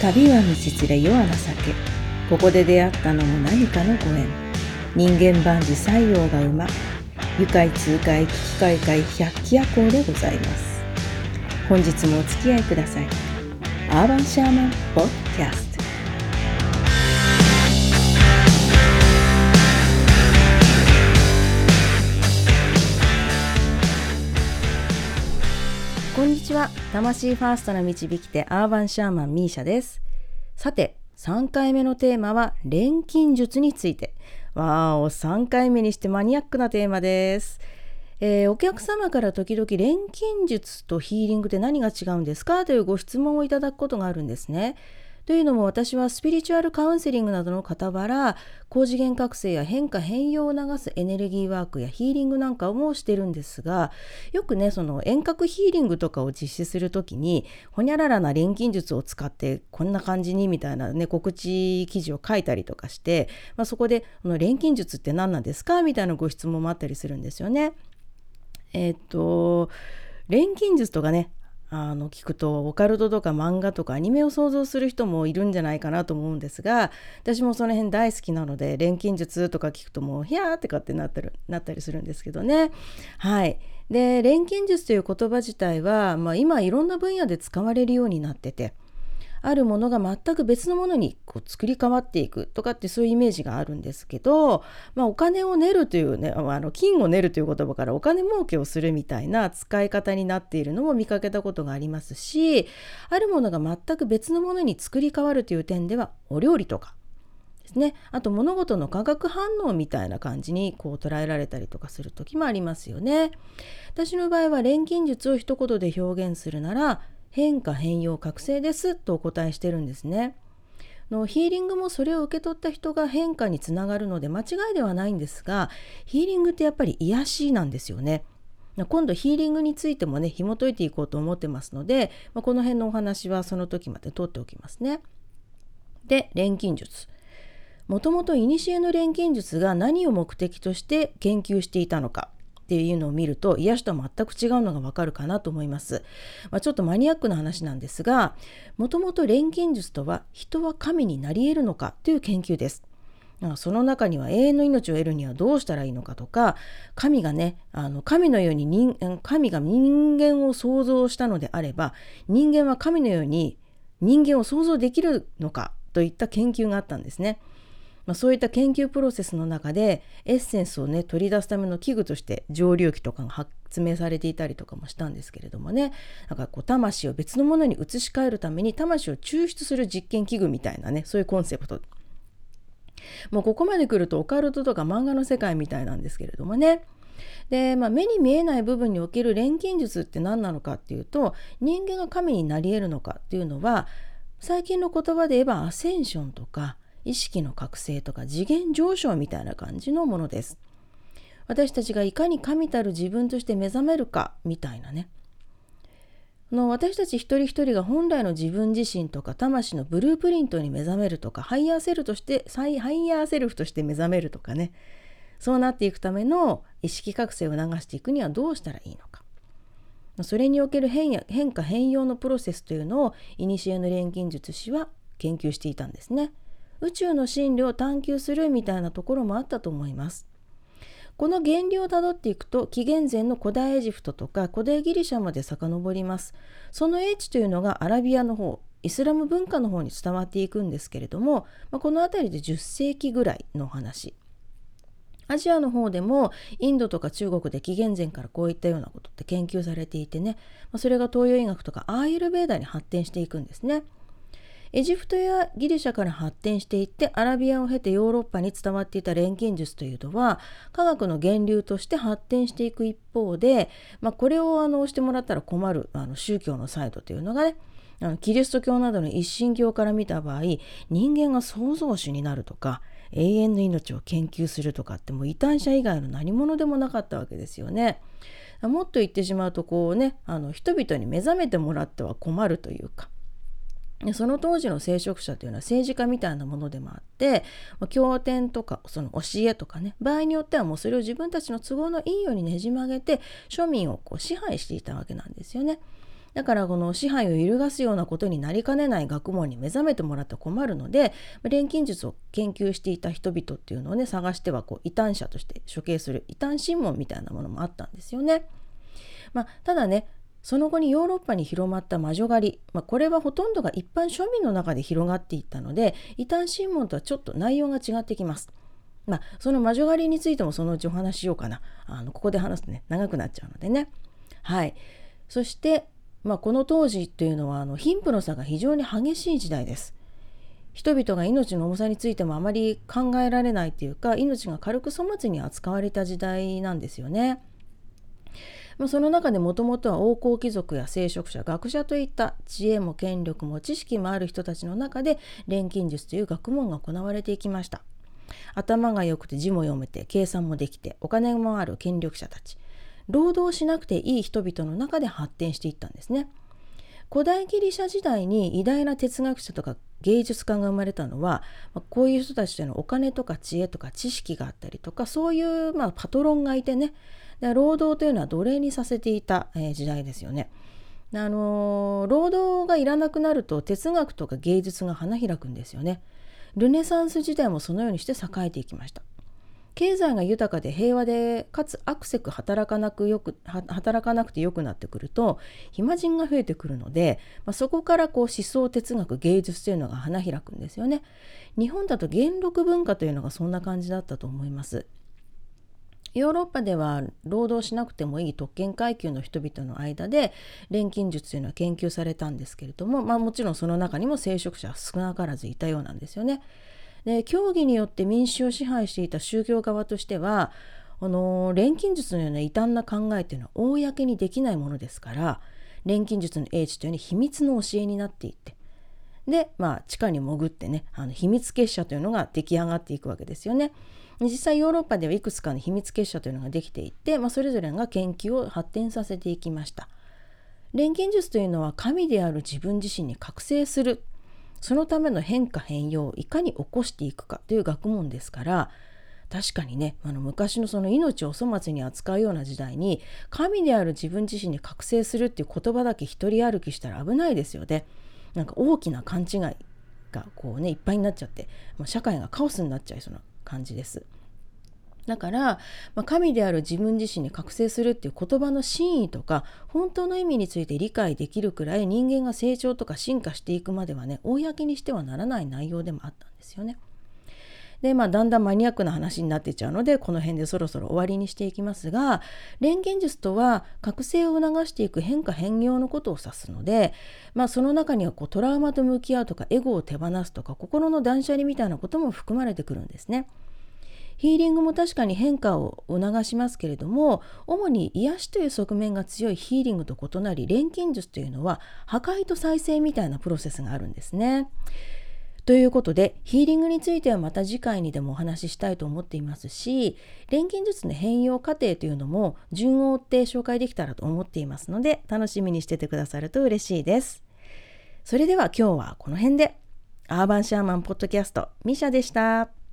旅は道連れ世は情け。ここで出会ったのも何かのご縁。人間万事西洋が馬。愉快痛快危機快快百鬼夜行でございます。本日もお付き合いください。アーバンシャーマンポッドキャスト。こんにちは。魂ファーストな導き手アーバンシャーマンミーシャです。さて、3回目のテーマは錬金術について。3回目にしてマニアックなテーマです。お客様から時々錬金術とヒーリングって何が違うんですかというご質問をいただくことがあるんですね。というのも私はスピリチュアルカウンセリングなどの傍ら、高次元覚醒や変化変容を促すエネルギーワークやヒーリングなんかもしてるんですが、よくねその遠隔ヒーリングとかを実施するときにほにゃららな錬金術を使ってこんな感じにみたいなね告知記事を書いたりとかして、そこでこの錬金術って何なんですかみたいなご質問もあったりするんですよね。錬金術とかね聞くとオカルトとか漫画とかアニメを想像する人もいるんじゃないかなと思うんですが、私もその辺大好きなので錬金術とか聞くともうヒャーってかってなったりするんですけどね。はい。で、錬金術という言葉自体は、今いろんな分野で使われるようになってて、あるものが全く別のものに作り変わっていくとかってそういうイメージがあるんですけど、お金を練るというね、金を練るという言葉からお金儲けをするみたいな使い方になっているのも見かけたことがありますし、あるものが全く別のものに作り変わるという点ではお料理とかですね、あと物事の化学反応みたいな感じに捉えられたりとかする時もありますよね。私の場合は錬金術を一言で表現するなら変化変容覚醒ですとお答えしてるんですね。ヒーリングもそれを受け取った人が変化につながるので間違いではないんですが、ヒーリングってやっぱり癒しなんですよね。今度ヒーリングについてもね紐解いていこうと思ってますので、この辺のお話はその時まで取っておきますね。で、錬金術、もともと古の錬金術が何を目的として研究していたのかっていうのを見ると、癒しとは全く違うのがわかるかなと思います。ちょっとマニアックな話なんですが、もともと錬金術とは人は神になり得るのかという研究です。その中には永遠の命を得るにはどうしたらいいのかとか、神がね神のように神が人間を創造したのであれば、人間は神のように人間を創造できるのかといった研究があったんですね。そういった研究プロセスの中でエッセンスをね取り出すための器具として蒸留機とかが発明されていたりとかもしたんですけれどもね、魂を別のものに移し替えるために魂を抽出する実験器具みたいなね、そういうコンセプト。もうここまで来るとオカルトとか漫画の世界みたいなんですけれどもね。で、目に見えない部分における錬金術って何なのかっていうと、人間が神になり得るのかっていうのは、最近の言葉で言えばアセンションとか意識の覚醒とか次元上昇みたいな感じのものです。私たちがいかに神たる自分として目覚めるかみたいなね。私たち一人一人が本来の自分自身とか魂のブループリントに目覚めるとか、ハイヤーセルフとして目覚めるとかね、そうなっていくための意識覚醒を流していくにはどうしたらいいのか。それにおける変化変容のプロセスというのを古の錬金術師は研究していたんですね。宇宙の真理を探求するみたいなところもあったと思います。この原理をたどっていくと、紀元前の古代エジプトとか古代ギリシャまで遡ります。その英知というのがアラビアの方、イスラム文化の方に伝わっていくんですけれども、この辺りで10世紀ぐらいの話。アジアの方でもインドとか中国で紀元前からこういったようなことって研究されていてね、それが東洋医学とかアーユルヴェーダに発展していくんですね。エジプトやギリシャから発展していってアラビアを経てヨーロッパに伝わっていた錬金術というのは科学の源流として発展していく一方で、これを押してもらったら困る宗教のサイドというのがね、キリスト教などの一神教から見た場合、人間が創造主になるとか永遠の命を研究するとかってもう異端者以外の何者でもなかったわけですよね。もっと言ってしまうと人々に目覚めてもらっては困るというか、その当時の聖職者というのは政治家みたいなものでもあって、経典とかその教えとかね、場合によってはもうそれを自分たちの都合のいいようにねじ曲げて庶民を支配していたわけなんですよね。 だからこの支配を揺るがすようなことになりかねない学問に目覚めてもらっては困るので、錬金術を研究していた人々っていうのをね探しては異端者として処刑する異端審問みたいなものもあったんですよね。ただね、その後にヨーロッパに広まった魔女狩り、これはほとんどが一般庶民の中で広がっていったので、異端審問とはちょっと内容が違ってきます。その魔女狩りについてもそのうちお話ししようかな。ここで話すとね長くなっちゃうのでね。はい。そして、この当時というのは貧富の差が非常に激しい時代です。人々が命の重さについてもあまり考えられないというか、命が軽く粗末に扱われた時代なんですよね。その中でもともとは王侯貴族や聖職者、学者といった知恵も権力も知識もある人たちの中で錬金術という学問が行われていきました。頭が良くて字も読めて計算もできてお金もある権力者たち、労働しなくていい人々の中で発展していったんですね。古代ギリシャ時代に偉大な哲学者とか芸術家が生まれたのは、こういう人たちというのはお金とか知恵とか知識があったりとか、そういうパトロンがいてね、で労働というのは奴隷にさせていた、時代ですよね。労働がいらなくなると哲学とか芸術が花開くんですよね。ルネサンス時代もそのようにして栄えていきました。経済が豊かで平和でかつアクセク働かなくてよくなってくると暇人が増えてくるので、そこから思想哲学芸術というのが花開くんですよね。日本だと元禄文化というのがそんな感じだったと思います。ヨーロッパでは労働しなくてもいい特権階級の人々の間で錬金術というのは研究されたんですけれども、もちろんその中にも聖職者は少なからずいたようなんですよね。で、教義によって民衆を支配していた宗教側としては錬金術のような異端な考えというのは公にできないものですから、錬金術の英知というのは秘密の教えになっていって、で、地下に潜ってね秘密結社というのが出来上がっていくわけですよね。実際ヨーロッパではいくつかの秘密結社というのができていって、それぞれが研究を発展させていきました。錬金術というのは神である自分自身に覚醒する、そのための変化変容をいかに起こしていくかという学問ですから、確かにね昔のその命を粗末に扱うような時代に神である自分自身に覚醒するっていう言葉だけ一人歩きしたら危ないですよね。大きな勘違いがいっぱいになっちゃって、社会がカオスになっちゃいそうな感じです。だから、神である自分自身に覚醒するっていう言葉の真意とか本当の意味について理解できるくらい人間が成長とか進化していくまではね公にしてはならない内容でもあったんですよね。で、だんだんマニアックな話になっていっちゃうのでこの辺でそろそろ終わりにしていきますが、錬金術とは覚醒を促していく変化変容のことを指すので、その中にはトラウマと向き合うとかエゴを手放すとか心の断捨離みたいなことも含まれてくるんですね。ヒーリングも確かに変化を促しますけれども、主に癒しという側面が強いヒーリングと異なり、錬金術というのは破壊と再生みたいなプロセスがあるんですね。ということでヒーリングについてはまた次回にでもお話ししたいと思っていますし、錬金術の変容過程というのも順を追って紹介できたらと思っていますので、楽しみにしててくださると嬉しいです。それでは今日はこの辺で。アーバンシャーマンポッドキャストミシャでした。